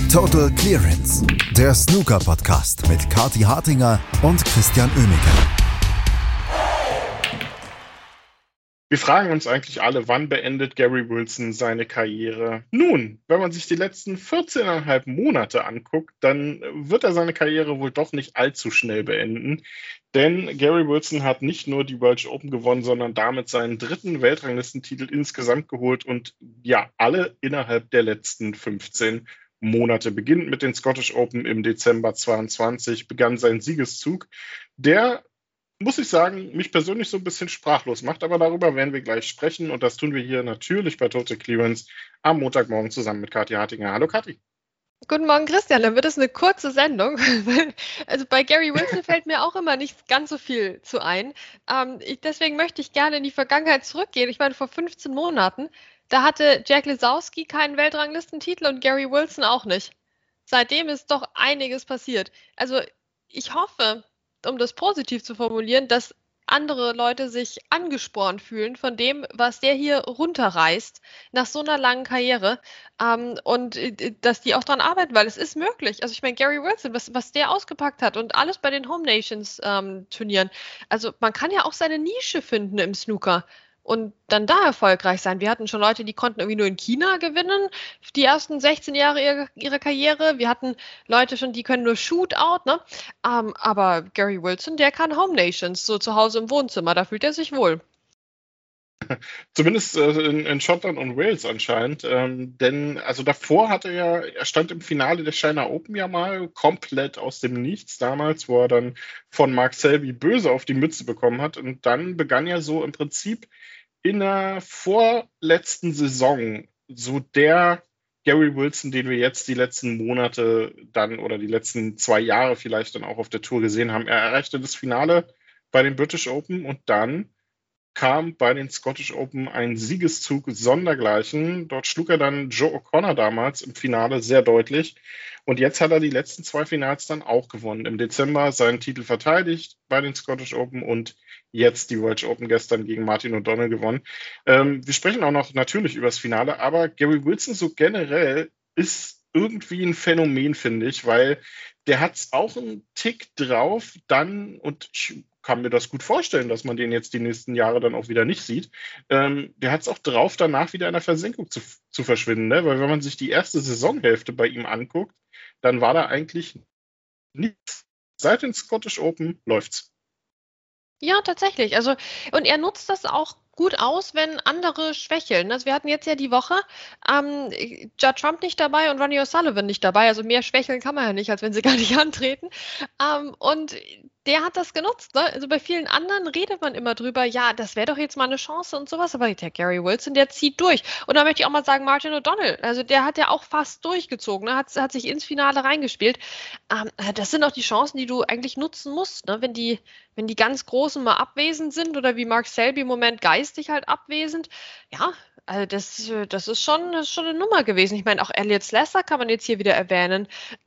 Total Clearance, der Snooker-Podcast mit Kathi Hartinger und Christian Oemeke. Wir fragen uns eigentlich alle, wann beendet Gary Wilson seine Karriere? Nun, wenn man sich die letzten 14,5 Monate anguckt, dann wird er seine Karriere wohl doch nicht allzu schnell beenden. Denn Gary Wilson hat nicht nur die Welsh Open gewonnen, sondern damit seinen 3. Weltranglistentitel insgesamt geholt und ja, alle innerhalb der letzten 15 Monate. Beginnend mit den Scottish Open im Dezember 22 begann sein Siegeszug, der, muss ich sagen, mich persönlich so ein bisschen sprachlos macht, aber darüber werden wir gleich sprechen und das tun wir hier natürlich bei Total Clearance am Montagmorgen zusammen mit Kathi Hartinger. Hallo Kathi. Guten Morgen, Christian. Dann wird es eine kurze Sendung. Also bei Gary Wilson fällt mir auch immer nicht ganz so viel zu ein. Deswegen möchte ich gerne in die Vergangenheit zurückgehen. Ich meine, vor 15 Monaten, da hatte Jack Lisowski keinen Weltranglistentitel und Gary Wilson auch nicht. Seitdem ist doch einiges passiert. Also ich hoffe, um das positiv zu formulieren, dass andere Leute sich angespornt fühlen von dem, was der hier runterreißt nach so einer langen Karriere und dass die auch dran arbeiten, weil es ist möglich. Also ich meine, Gary Wilson, was der ausgepackt hat und alles bei den Home Nations Turnieren. Also man kann ja auch seine Nische finden im Snooker und dann da erfolgreich sein. Wir hatten schon Leute, die konnten irgendwie nur in China gewinnen, die ersten 16 Jahre ihrer Karriere. Wir hatten Leute schon, die können nur Shootout, ne? Aber Gary Wilson, der kann Home Nations, so zu Hause im Wohnzimmer, da fühlt er sich wohl. Zumindest in Schottland und Wales anscheinend, denn also davor hatte er stand im Finale der China Open ja mal komplett aus dem Nichts damals, wo er dann von Mark Selby böse auf die Mütze bekommen hat und dann begann ja so im Prinzip in der vorletzten Saison so der Gary Wilson, den wir jetzt die letzten Monate dann oder die letzten 2 Jahre vielleicht dann auch auf der Tour gesehen haben. Er erreichte das Finale bei den British Open und dann kam bei den Scottish Open ein Siegeszug sondergleichen. Dort schlug er dann Joe O'Connor damals im Finale sehr deutlich. Und jetzt hat er die letzten 2 Finals dann auch gewonnen. Im Dezember seinen Titel verteidigt bei den Scottish Open und jetzt die Welsh Open gestern gegen Martin O'Donnell gewonnen. Wir sprechen auch noch natürlich über das Finale, aber Gary Wilson so generell ist irgendwie ein Phänomen, finde ich, weil der hat es auch einen Tick drauf, dann, und ich kann mir das gut vorstellen, dass man den jetzt die nächsten Jahre dann auch wieder nicht sieht. Der hat es auch drauf, danach wieder in der Versenkung zu verschwinden, ne? Weil wenn man sich die erste Saisonhälfte bei ihm anguckt, dann war da eigentlich nichts. Seit den Scottish Open läuft's. Ja, tatsächlich. Also, und er nutzt das auch gut aus, wenn andere schwächeln. Also wir hatten jetzt ja die Woche Judd Trump nicht dabei und Ronnie O'Sullivan nicht dabei. Also mehr schwächeln kann man ja nicht, als wenn sie gar nicht antreten. Und der hat das genutzt. Ne? Also bei vielen anderen redet man immer drüber, ja, das wäre doch jetzt mal eine Chance und sowas. Aber der Gary Wilson, der zieht durch. Und da möchte ich auch mal sagen, Martin O'Donnell, also der hat ja auch fast durchgezogen, ne? Hat sich ins Finale reingespielt. Das sind auch die Chancen, die du eigentlich nutzen musst, ne? Wenn die ganz Großen mal abwesend sind oder wie Mark Selby im Moment geistig halt abwesend, ja, also das ist schon eine Nummer gewesen. Ich meine, auch Elliot Slessor kann man jetzt hier wieder erwähnen.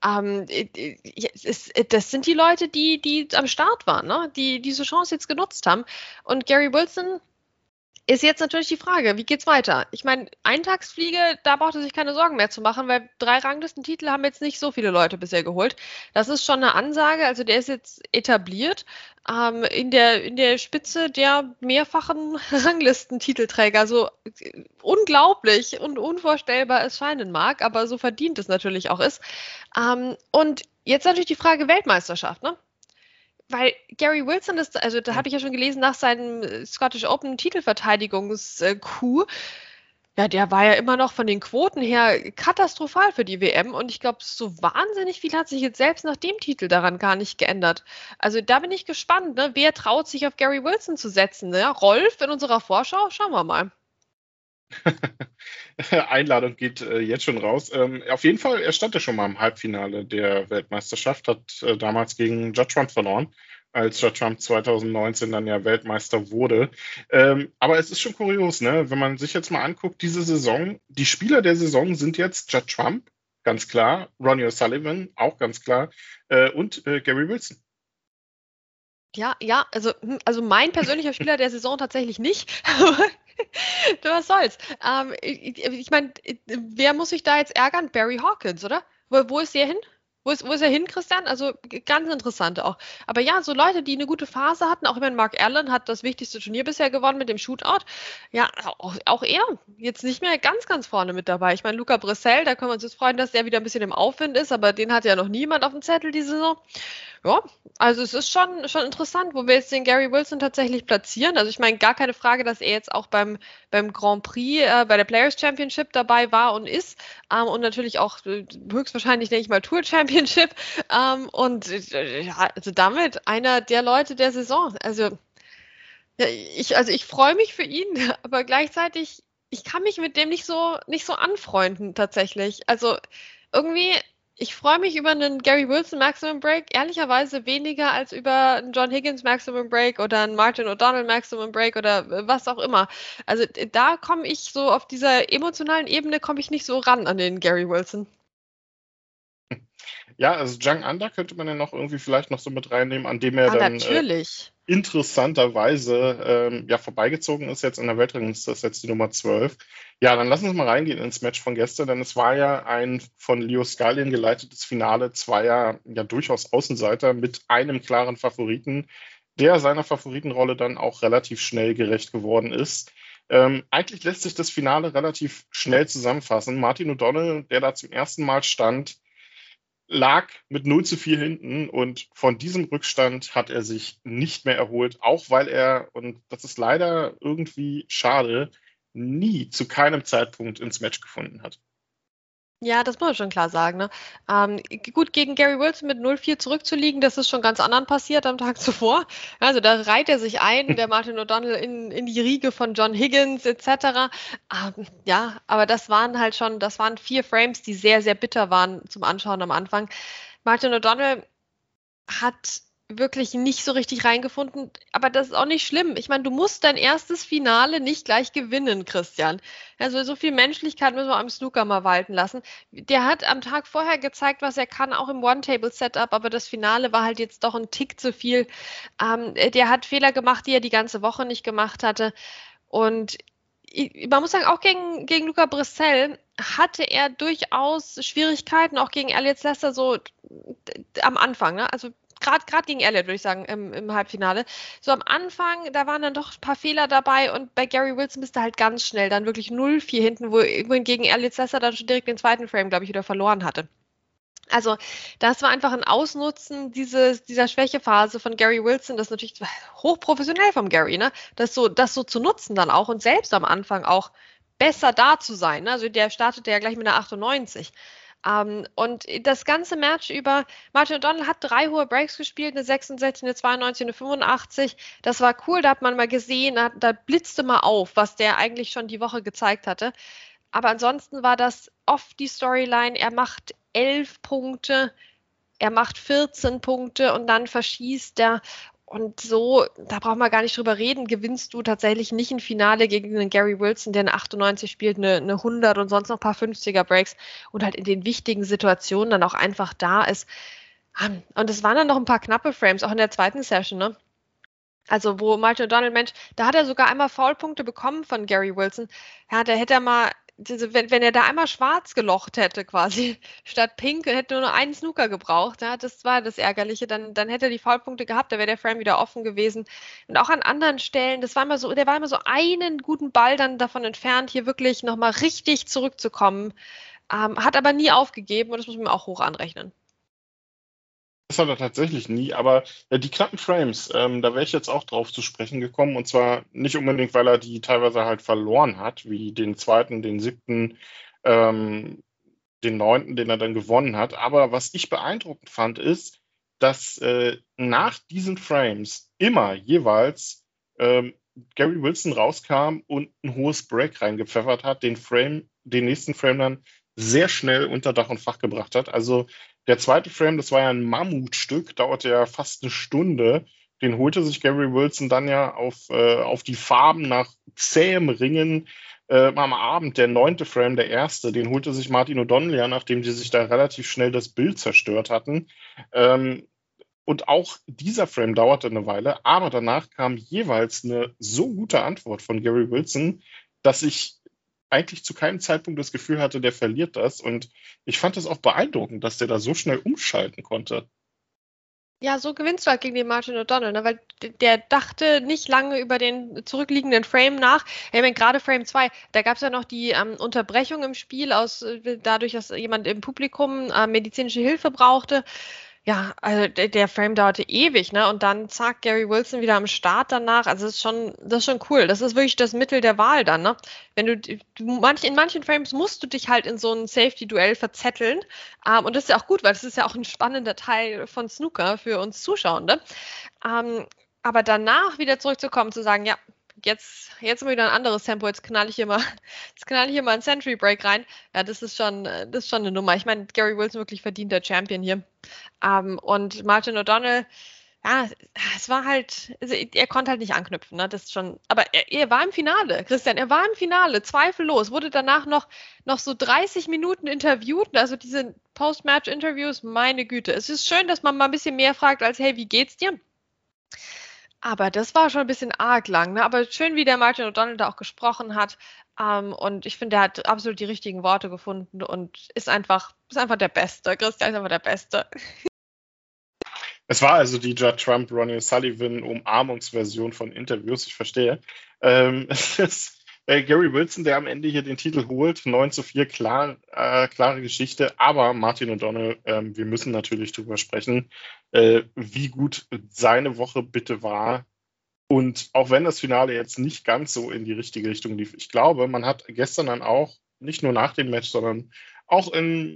Das sind die Leute, die am Start waren, ne? Die diese Chance jetzt genutzt haben. Und Gary Wilson ist jetzt natürlich die Frage, wie geht's weiter? Ich meine, Eintagsfliege, da braucht er sich keine Sorgen mehr zu machen, weil 3 Ranglistentitel haben jetzt nicht so viele Leute bisher geholt. Das ist schon eine Ansage, also der ist jetzt etabliert in der Spitze der mehrfachen Ranglistentitelträger. So unglaublich und unvorstellbar es scheinen mag, aber so verdient es natürlich auch ist. Und jetzt natürlich die Frage Weltmeisterschaft, ne? Weil Gary Wilson, da habe ich ja schon gelesen, nach seinem Scottish Open Titelverteidigungs-Coup, ja, der war ja immer noch von den Quoten her katastrophal für die WM und ich glaube, so wahnsinnig viel hat sich jetzt selbst nach dem Titel daran gar nicht geändert. Also da bin ich gespannt, ne? Wer traut sich auf Gary Wilson zu setzen? Ne? Rolf in unserer Vorschau? Schauen wir mal. Einladung geht jetzt schon raus. Auf jeden Fall, er stand ja schon mal im Halbfinale der Weltmeisterschaft, hat damals gegen Judd Trump verloren, als Judd Trump 2019 dann ja Weltmeister wurde. Aber es ist schon kurios, ne? Wenn man sich jetzt mal anguckt, diese Saison, die Spieler der Saison sind jetzt Judd Trump, ganz klar, Ronnie O'Sullivan, auch ganz klar, und Gary Wilson. Ja, also mein persönlicher Spieler der Saison tatsächlich nicht. Was soll's. Ich meine, wer muss sich da jetzt ärgern? Barry Hawkins, oder? Wo ist er hin? Wo ist er hin, Christian? Also ganz interessant auch. Aber ja, so Leute, die eine gute Phase hatten, auch ich meine, Mark Allen hat das wichtigste Turnier bisher gewonnen mit dem Shootout. Ja, auch er jetzt nicht mehr ganz, ganz vorne mit dabei. Ich meine, Luca Brissell, da können wir uns jetzt freuen, dass der wieder ein bisschen im Aufwind ist, aber den hat ja noch niemand auf dem Zettel diese Saison. Ja, also es ist schon interessant, wo wir jetzt den Gary Wilson tatsächlich platzieren. Also ich meine, gar keine Frage, dass er jetzt auch beim Grand Prix, bei der Players Championship dabei war und ist. Und natürlich auch höchstwahrscheinlich, denke ich mal, Tour Championship. Ja, also damit einer der Leute der Saison. Also, ja, ich freue mich für ihn, aber gleichzeitig, ich kann mich mit dem nicht so anfreunden tatsächlich. Also irgendwie, ich freue mich über einen Gary Wilson Maximum Break ehrlicherweise weniger als über einen John Higgins Maximum Break oder einen Martin O'Donnell Maximum Break oder was auch immer. Also da komme ich so auf dieser emotionalen Ebene komme ich nicht so ran an den Gary Wilson. Ja, also Jung Under könnte man ja noch irgendwie vielleicht noch so mit reinnehmen, an dem er Ah, dann natürlich. interessanterweise ja vorbeigezogen ist jetzt in der Weltrangliste, das ist jetzt die Nummer 12. Ja, dann lassen wir uns mal reingehen ins Match von gestern, denn es war ja ein von Leo Skalien geleitetes Finale zweier ja durchaus Außenseiter mit einem klaren Favoriten, der seiner Favoritenrolle dann auch relativ schnell gerecht geworden ist. Eigentlich lässt sich das Finale relativ schnell zusammenfassen. Martin O'Donnell, der da zum ersten Mal stand, lag mit 0:4 hinten und von diesem Rückstand hat er sich nicht mehr erholt, auch weil er, und das ist leider irgendwie schade, nie zu keinem Zeitpunkt ins Match gefunden hat. Ja, das muss man schon klar sagen, ne? Gut, gegen Gary Wilson mit 0:4 zurückzuliegen, das ist schon ganz anderen passiert am Tag zuvor. Also da reiht er sich ein, der Martin O'Donnell in die Riege von John Higgins etc. Ja, aber das waren 4 Frames, die sehr, sehr bitter waren zum Anschauen am Anfang. Martin O'Donnell hat wirklich nicht so richtig reingefunden, aber das ist auch nicht schlimm. Ich meine, du musst dein erstes Finale nicht gleich gewinnen, Christian. Also so viel Menschlichkeit müssen wir am Snooker mal walten lassen. Der hat am Tag vorher gezeigt, was er kann, auch im One-Table-Setup, aber das Finale war halt jetzt doch ein Tick zu viel. Der hat Fehler gemacht, die er die ganze Woche nicht gemacht hatte. Und man muss sagen, auch gegen Luca Brissell hatte er durchaus Schwierigkeiten, auch gegen Elliot Lester so am Anfang, ne? Also gerade gegen Elliot, würde ich sagen, im Halbfinale. So am Anfang, da waren dann doch ein paar Fehler dabei und bei Gary Wilson bist du halt ganz schnell dann wirklich 0:4 hinten, wo gegen Elliot Lester dann schon direkt den zweiten Frame, glaube ich, wieder verloren hatte. Also, das war einfach ein Ausnutzen dieser Schwächephase von Gary Wilson, das ist natürlich hochprofessionell vom Gary, ne? Das so zu nutzen dann auch und selbst am Anfang auch besser da zu sein. Ne? Also der startete ja gleich mit einer 98. Und das ganze Match über, Martin O'Donnell hat 3 hohe Breaks gespielt, eine 66, eine 92, eine 85. Das war cool, da hat man mal gesehen, da blitzte mal auf, was der eigentlich schon die Woche gezeigt hatte. Aber ansonsten war das oft die Storyline, er macht 11 Punkte, er macht 14 Punkte und dann verschießt er. Und so, da braucht man gar nicht drüber reden, gewinnst du tatsächlich nicht ein Finale gegen einen Gary Wilson, der eine 98 spielt, eine 100 und sonst noch ein paar 50er Breaks und halt in den wichtigen Situationen dann auch einfach da ist. Und es waren dann noch ein paar knappe Frames, auch in der zweiten Session, ne? Also wo Martin O'Donnell, Mensch, da hat er sogar einmal Foulpunkte bekommen von Gary Wilson. Ja, da hätte er mal, wenn er da einmal schwarz gelocht hätte quasi, statt pink, hätte nur noch einen Snooker gebraucht. Ja, das war das Ärgerliche. Dann hätte er die Foulpunkte gehabt, da wäre der Frame wieder offen gewesen. Und auch an anderen Stellen, der war immer so einen guten Ball dann davon entfernt, hier wirklich nochmal richtig zurückzukommen. Hat aber nie aufgegeben und das muss man auch hoch anrechnen. Das hat er tatsächlich nie, aber die knappen Frames, da wäre ich jetzt auch drauf zu sprechen gekommen. Und zwar nicht unbedingt, weil er die teilweise halt verloren hat, wie den zweiten, den siebten, den neunten, den er dann gewonnen hat. Aber was ich beeindruckend fand, ist, dass nach diesen Frames immer jeweils Gary Wilson rauskam und ein hohes Break reingepfeffert hat, den nächsten Frame dann sehr schnell unter Dach und Fach gebracht hat. Also der zweite Frame, das war ja ein Mammutstück, dauerte ja fast eine Stunde. Den holte sich Gary Wilson dann ja auf die Farben nach zähem Ringen am Abend. Der 9. Frame, der erste, den holte sich Martin O'Donnell ja, nachdem die sich da relativ schnell das Bild zerstört hatten. Und auch dieser Frame dauerte eine Weile, aber danach kam jeweils eine so gute Antwort von Gary Wilson, dass ich eigentlich zu keinem Zeitpunkt das Gefühl hatte, der verliert das. Und ich fand es auch beeindruckend, dass der da so schnell umschalten konnte. Ja, so gewinnst du halt gegen den Martin O'Donnell, ne? Weil der dachte nicht lange über den zurückliegenden Frame nach. Ich meine, gerade Frame 2, da gab es ja noch die Unterbrechung im Spiel dadurch, dass jemand im Publikum medizinische Hilfe brauchte. Ja, also der Frame dauerte ewig, ne? Und dann zack, Gary Wilson wieder am Start danach. Also das ist schon cool. Das ist wirklich das Mittel der Wahl dann, ne? Wenn in manchen Frames musst du dich halt in so ein Safety-Duell verzetteln. Und das ist ja auch gut, weil das ist ja auch ein spannender Teil von Snooker für uns Zuschauende. Aber danach wieder zurückzukommen, zu sagen, ja, jetzt mal wieder ein anderes Tempo, jetzt knall ich hier mal einen Century Break rein. Ja, das ist schon eine Nummer. Ich meine, Gary Wilson wirklich verdienter Champion hier. Und Martin O'Donnell, ja, es war halt, also er konnte halt nicht anknüpfen, ne? Das ist schon, aber er war im Finale, Christian, er war im Finale, zweifellos, wurde danach noch so 30 Minuten interviewt, also diese Post-Match-Interviews, meine Güte. Es ist schön, dass man mal ein bisschen mehr fragt als, hey, wie geht's dir? Aber das war schon ein bisschen arg lang, ne? Aber schön, wie der Martin O'Donnell da auch gesprochen hat. Und ich finde, er hat absolut die richtigen Worte gefunden und ist einfach der Beste. Christian ist einfach der Beste. Es war also die Judd Trump, Ronnie Sullivan Umarmungsversion von Interviews, ich verstehe. Es ist Gary Wilson, der am Ende hier den Titel holt, 9:4, klare Geschichte, aber Martin O'Donnell, wir müssen natürlich drüber sprechen, wie gut seine Woche bitte war. Und auch wenn das Finale jetzt nicht ganz so in die richtige Richtung lief, ich glaube, man hat gestern dann auch, nicht nur nach dem Match, sondern auch im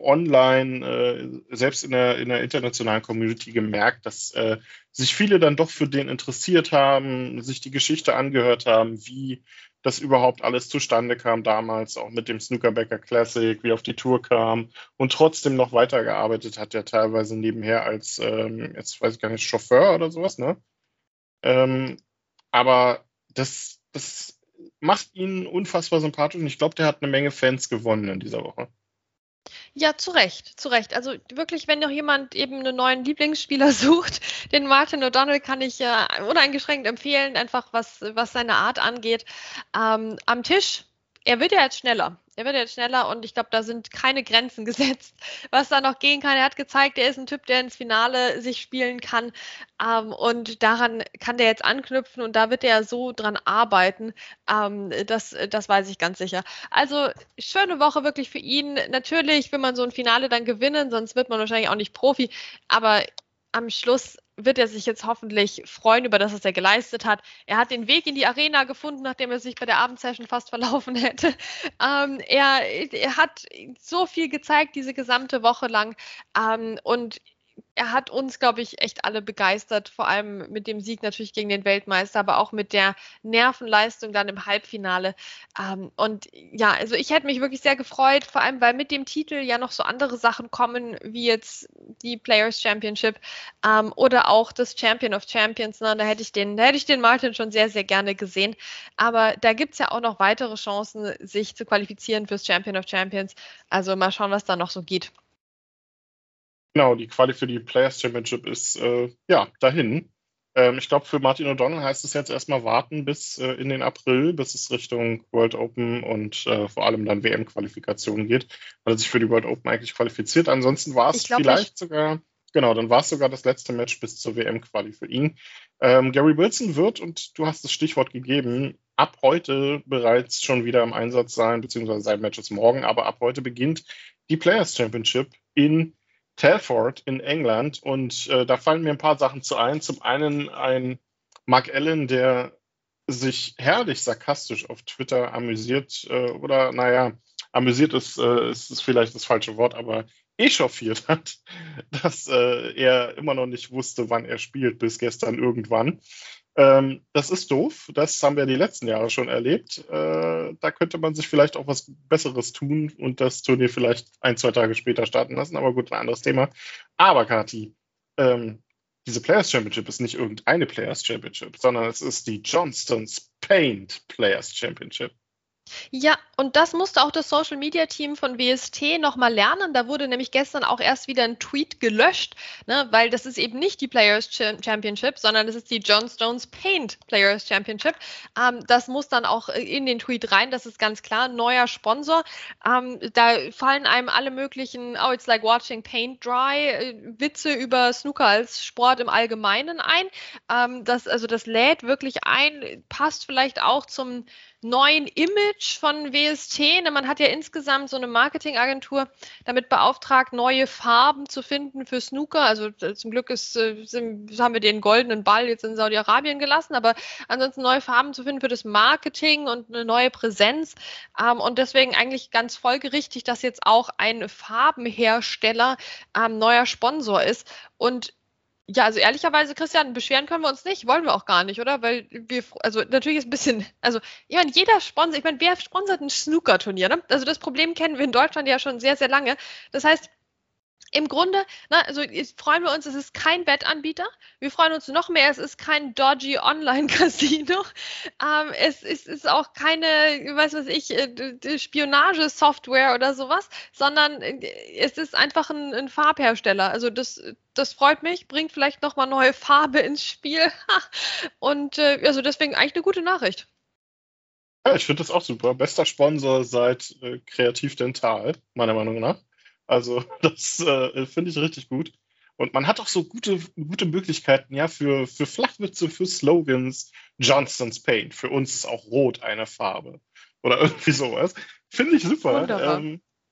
Online, selbst in der internationalen Community gemerkt, dass sich viele dann doch für den interessiert haben, sich die Geschichte angehört haben, wie das überhaupt alles zustande kam damals, auch mit dem Snookerbecker Classic, wie auf die Tour kam und trotzdem noch weitergearbeitet hat, ja teilweise nebenher als, jetzt weiß ich gar nicht, Chauffeur oder sowas, ne? Aber das macht ihn unfassbar sympathisch und ich glaube, der hat eine Menge Fans gewonnen in dieser Woche. Ja, zu Recht, zu Recht. Also wirklich, wenn noch jemand eben einen neuen Lieblingsspieler sucht, den Martin O'Donnell kann ich uneingeschränkt empfehlen, einfach was seine Art angeht. Am Tisch, er wird ja jetzt schneller. Und ich glaube, da sind keine Grenzen gesetzt, was da noch gehen kann. Er hat gezeigt, er ist ein Typ, der ins Finale sich spielen kann. Und daran kann der jetzt anknüpfen und da wird er so dran arbeiten. Das weiß ich ganz sicher. Also schöne Woche wirklich für ihn. Natürlich will man so ein Finale dann gewinnen, sonst wird man wahrscheinlich auch nicht Profi. Aber am Schluss wird er sich jetzt hoffentlich freuen über das, was er geleistet hat. Er hat den Weg in die Arena gefunden, nachdem er sich bei der Abendsession fast verlaufen hätte. Er hat so viel gezeigt diese gesamte Woche lang. Und er hat uns, glaube ich, echt alle begeistert, vor allem mit dem Sieg natürlich gegen den Weltmeister, aber auch mit der Nervenleistung dann im Halbfinale. Und ja, also ich hätte mich wirklich sehr gefreut, vor allem weil mit dem Titel ja noch so andere Sachen kommen, wie jetzt die Players Championship oder auch das Champion of Champions. Ne? Da hätte ich den Martin schon sehr, sehr gerne gesehen. Aber da gibt es ja auch noch weitere Chancen, sich zu qualifizieren fürs Champion of Champions. Also mal schauen, was da noch so geht. Genau, die Quali für die Players Championship ist dahin. Ich glaube, für Martin O'Donnell heißt es jetzt erstmal warten bis in den April, bis es Richtung World Open und vor allem dann WM-Qualifikation geht, weil er sich für die World Open eigentlich qualifiziert. Ansonsten war es vielleicht sogar, genau, dann war es sogar das letzte Match bis zur WM-Quali für ihn. Gary Wilson wird, und du hast das Stichwort gegeben, ab heute bereits schon wieder im Einsatz sein, beziehungsweise sein Match ist morgen, aber ab heute beginnt die Players Championship in Telford in England und da fallen mir ein paar Sachen zu ein. Zum einen ein Mark Allen, der sich herrlich sarkastisch auf Twitter amüsiert oder naja, amüsiert ist vielleicht das falsche Wort, aber echauffiert hat, dass er immer noch nicht wusste, wann er spielt, bis gestern irgendwann. Das ist doof, das haben wir die letzten Jahre schon erlebt. Da könnte man sich vielleicht auch was Besseres tun und das Turnier vielleicht 1-2 Tage später starten lassen, aber gut, ein anderes Thema. Aber Kathi, diese Players Championship ist nicht irgendeine Players Championship, sondern es ist die Johnstone's Paint Players Championship. Ja, und das musste auch das Social-Media-Team von WST nochmal lernen. Da wurde nämlich gestern auch erst wieder ein Tweet gelöscht, ne, weil das ist eben nicht die Players Championship, sondern das ist die John Stones Paint Players Championship. Das muss dann auch in den Tweet rein, das ist ganz klar. Neuer Sponsor. Da fallen einem alle möglichen, oh, it's like watching paint dry, Witze über Snooker als Sport im Allgemeinen ein. Das lädt wirklich ein, passt vielleicht auch zum neuen Image von WST. Man hat ja insgesamt so eine Marketingagentur damit beauftragt, neue Farben zu finden für Snooker. Also zum Glück haben wir den goldenen Ball jetzt in Saudi-Arabien gelassen, aber ansonsten neue Farben zu finden für das Marketing und eine neue Präsenz. Und deswegen eigentlich ganz folgerichtig, dass jetzt auch ein Farbenhersteller neuer Sponsor ist. Und ja, also ehrlicherweise, Christian, beschweren können wir uns nicht, wollen wir auch gar nicht, oder? Weil also natürlich ist ein bisschen, also ich meine, wer sponsert ein Snooker-Turnier, ne? Also das Problem kennen wir in Deutschland ja schon sehr, sehr lange. Das heißt, im Grunde, also jetzt freuen wir uns, es ist kein Wettanbieter. Wir freuen uns noch mehr, es ist kein dodgy Online-Casino. Es ist auch keine, Spionagesoftware oder sowas, sondern es ist einfach ein Farbhersteller. Also das freut mich, bringt vielleicht nochmal neue Farbe ins Spiel. Und also deswegen eigentlich eine gute Nachricht. Ja, ich finde das auch super. Bester Sponsor seit Kreativ Dental, meiner Meinung nach. Also das finde ich richtig gut. Und man hat auch so gute Möglichkeiten, ja, für Flachwitze, für Slogans. Johnston's Paint. Für uns ist auch Rot eine Farbe. Oder irgendwie sowas. Finde ich super. Wunderbar.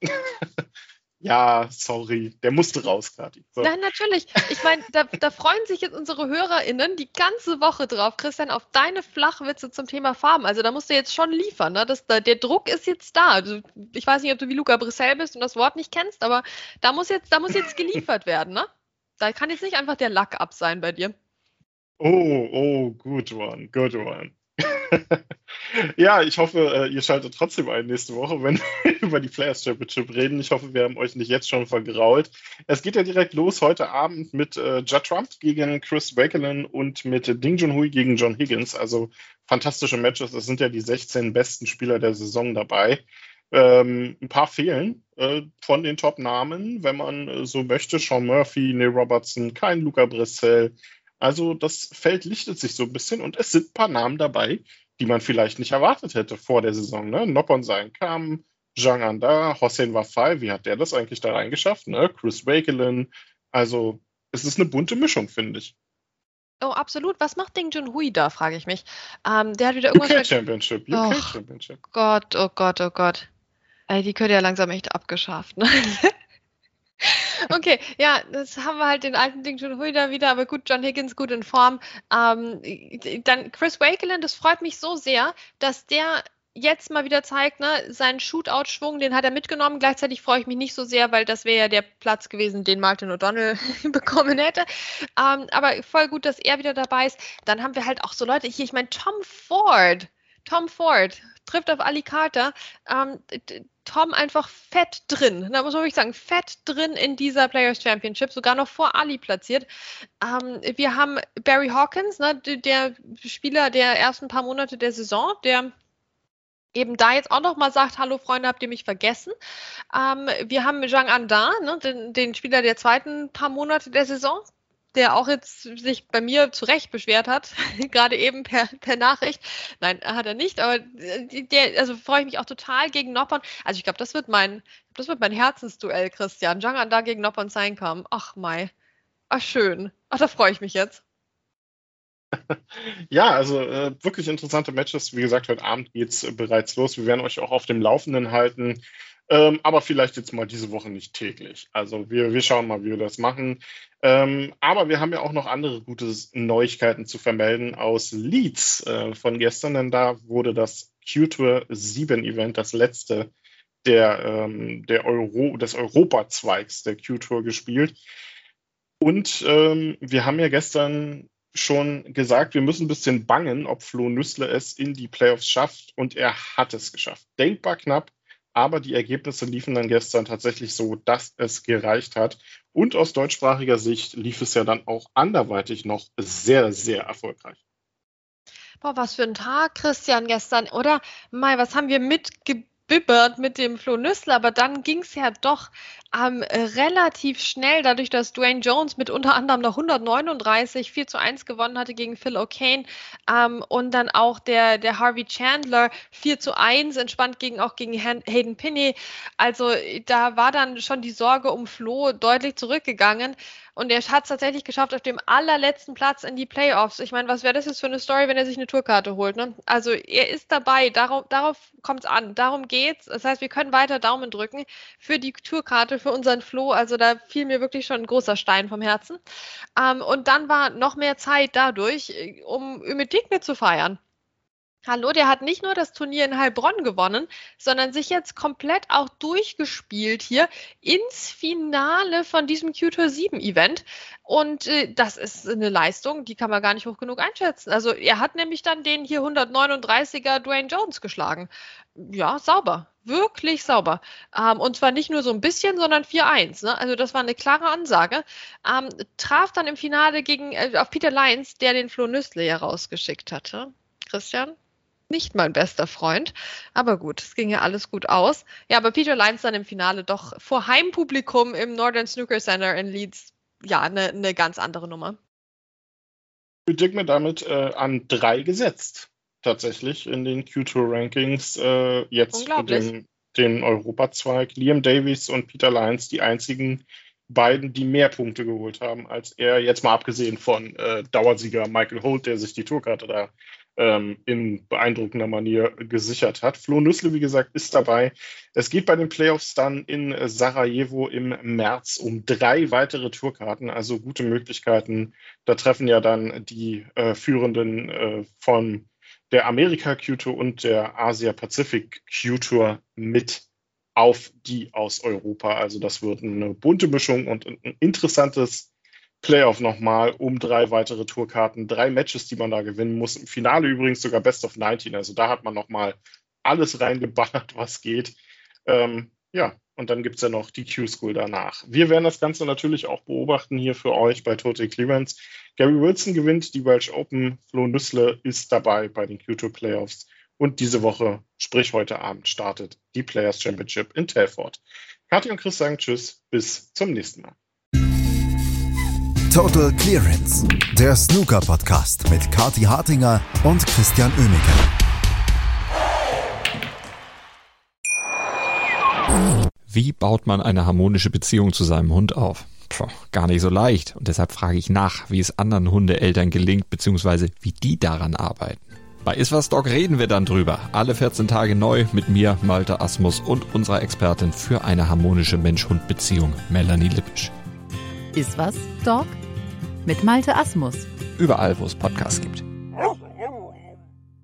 Ja, sorry, der musste raus, Kathi. So. Nein, natürlich. Ich meine, da freuen sich jetzt unsere HörerInnen die ganze Woche drauf, Christian, auf deine Flachwitze zum Thema Farben. Also da musst du jetzt schon liefern, ne? Der Druck ist jetzt da. Also, ich weiß nicht, ob du wie Luca Brissell bist und das Wort nicht kennst, aber da muss jetzt geliefert werden, ne? Da kann jetzt nicht einfach der Lack ab sein bei dir. Oh, good one, good one. Ja, ich hoffe, ihr schaltet trotzdem ein nächste Woche, wenn wir über die Players Championship reden. Ich hoffe, wir haben euch nicht jetzt schon vergrault. Es geht ja direkt los heute Abend mit Judd Trump gegen Chris Wakelin und mit Ding Junhui gegen John Higgins. Also fantastische Matches. Es sind ja die 16 besten Spieler der Saison dabei. Ein paar fehlen von den Top-Namen, wenn man so möchte. Sean Murphy, Neil Robertson, kein Luca Brissell. Also das Feld lichtet sich so ein bisschen und es sind ein paar Namen dabei, die man vielleicht nicht erwartet hätte vor der Saison. Ne? Noppon Sein Kam, Zhang Anda, Hossein Wafai, wie hat der das eigentlich da reingeschafft? Ne? Chris Wakelin. Also es ist eine bunte Mischung, finde ich. Oh, absolut. Was macht Ding Junhui da, frage ich mich. Der hat wieder irgendwas. UK Championship. Gott, oh Gott, oh Gott. Ey, die könnte ja langsam echt abgeschafft, ne? Okay, ja, das haben wir halt den alten Ding Junhui da wieder, aber gut, John Higgins gut in Form. Dann Chris Wakelin, das freut mich so sehr, dass der jetzt mal wieder zeigt, ne, seinen Shootout-Schwung, den hat er mitgenommen. Gleichzeitig freue ich mich nicht so sehr, weil das wäre ja der Platz gewesen, den Martin O'Donnell bekommen hätte. Aber voll gut, dass er wieder dabei ist. Dann haben wir halt auch so Leute hier, ich meine, Tom Ford trifft auf Ali Carter. Tom einfach fett drin, da muss man wirklich sagen, fett drin in dieser Players Championship, sogar noch vor Ali platziert. Wir haben Barry Hawkins, ne, der Spieler der ersten paar Monate der Saison, der eben da jetzt auch noch mal sagt, hallo Freunde, habt ihr mich vergessen? Wir haben Zhang Anda, ne, den Spieler der zweiten paar Monate der Saison, der auch jetzt sich bei mir zu Recht beschwert hat, gerade eben per Nachricht. Nein, hat er nicht, aber also freue ich mich auch total gegen Noppon. Also ich glaube, das wird mein Herzensduell, Christian. Zhang Anda gegen Noppon Sein kam. Ach Mai. Ach schön. Ach, da freue ich mich jetzt. Ja, also wirklich interessante Matches. Wie gesagt, heute Abend geht es bereits los. Wir werden euch auch auf dem Laufenden halten. Aber vielleicht jetzt mal diese Woche nicht täglich. Also wir schauen mal, wie wir das machen. Aber wir haben ja auch noch andere gute Neuigkeiten zu vermelden aus Leeds von gestern, denn da wurde das Q-Tour 7 Event, das letzte des Europazweigs der Q-Tour gespielt. Und wir haben ja gestern schon gesagt, wir müssen ein bisschen bangen, ob Flo Nüssle es in die Playoffs schafft. Und er hat es geschafft. Denkbar knapp. Aber die Ergebnisse liefen dann gestern tatsächlich so, dass es gereicht hat. Und aus deutschsprachiger Sicht lief es ja dann auch anderweitig noch sehr, sehr erfolgreich. Boah, was für ein Tag, Christian, gestern, oder? Mai, was haben wir mitgebibbert mit dem Flo Nüssler, aber dann ging es ja doch relativ schnell, dadurch, dass Dwayne Jones mit unter anderem noch 139 4:1 gewonnen hatte gegen Phil O'Kane und dann auch der Harvey Chandler 4:1 entspannt gegen Hayden Pinney. Also da war dann schon die Sorge um Flo deutlich zurückgegangen. Und er hat es tatsächlich geschafft auf dem allerletzten Platz in die Playoffs. Ich meine, was wäre das jetzt für eine Story, wenn er sich eine Tourkarte holt? Ne? Also er ist dabei, darauf kommt es an, darum geht's. Das heißt, wir können weiter Daumen drücken für die Tourkarte, für unseren Flo. Also da fiel mir wirklich schon ein großer Stein vom Herzen. Und dann war noch mehr Zeit dadurch, um Umedigne zu feiern. Hallo, der hat nicht nur das Turnier in Heilbronn gewonnen, sondern sich jetzt komplett auch durchgespielt hier ins Finale von diesem Q-Tour 7 Event. Und das ist eine Leistung, die kann man gar nicht hoch genug einschätzen. Also er hat nämlich dann den hier 139er Dwayne Jones geschlagen. Ja, sauber. Wirklich sauber. Und zwar nicht nur so ein bisschen, sondern 4:1. Ne? Also das war eine klare Ansage. Traf dann im Finale auf Peter Lyons, der den Flo Nüssler ja rausgeschickt hatte. Christian? Nicht mein bester Freund, aber gut, es ging ja alles gut aus. Ja, aber Peter Lyons dann im Finale doch vor Heimpublikum im Northern Snooker Center in Leeds, ja, eine ganz andere Nummer. Umedigne damit an 3 gesetzt, tatsächlich in den Q-Tour-Rankings. Jetzt mit den Europazweig. Liam Davies und Peter Lyons, die einzigen beiden, die mehr Punkte geholt haben als er, jetzt mal abgesehen von Dauersieger Michael Holt, der sich die Tourkarte da in beeindruckender Manier gesichert hat. Flo Nüssler, wie gesagt, ist dabei. Es geht bei den Playoffs dann in Sarajevo im März um 3 weitere Tourkarten, also gute Möglichkeiten. Da treffen ja dann die Führenden von der Amerika Q-Tour und der Asia Pacific Q-Tour mit auf die aus Europa. Also das wird eine bunte Mischung und ein interessantes Playoff nochmal um 3 weitere Tourkarten, 3 Matches, die man da gewinnen muss. Im Finale übrigens sogar Best of 19, also da hat man nochmal alles reingeballert, was geht. Ja, und dann gibt es ja noch die Q-School danach. Wir werden das Ganze natürlich auch beobachten hier für euch bei Total Clearance. Gary Wilson gewinnt die Welsh Open, Flo Nüssler ist dabei bei den Q-Tour Playoffs und diese Woche, sprich heute Abend, startet die Players Championship in Telford. Kathi und Chris sagen Tschüss, bis zum nächsten Mal. Total Clearance, der Snooker-Podcast mit Kathi Hartinger und Christian Oemeke. Wie baut man eine harmonische Beziehung zu seinem Hund auf? Gar nicht so leicht. Und deshalb frage ich nach, wie es anderen Hundeeltern gelingt, beziehungsweise wie die daran arbeiten. Bei Iswas Dog reden wir dann drüber. Alle 14 Tage neu mit mir, Malte Asmus und unserer Expertin für eine harmonische Mensch-Hund-Beziehung, Melanie Lippisch. Iswas Dog mit Malte Asmus. Überall, wo es Podcasts gibt.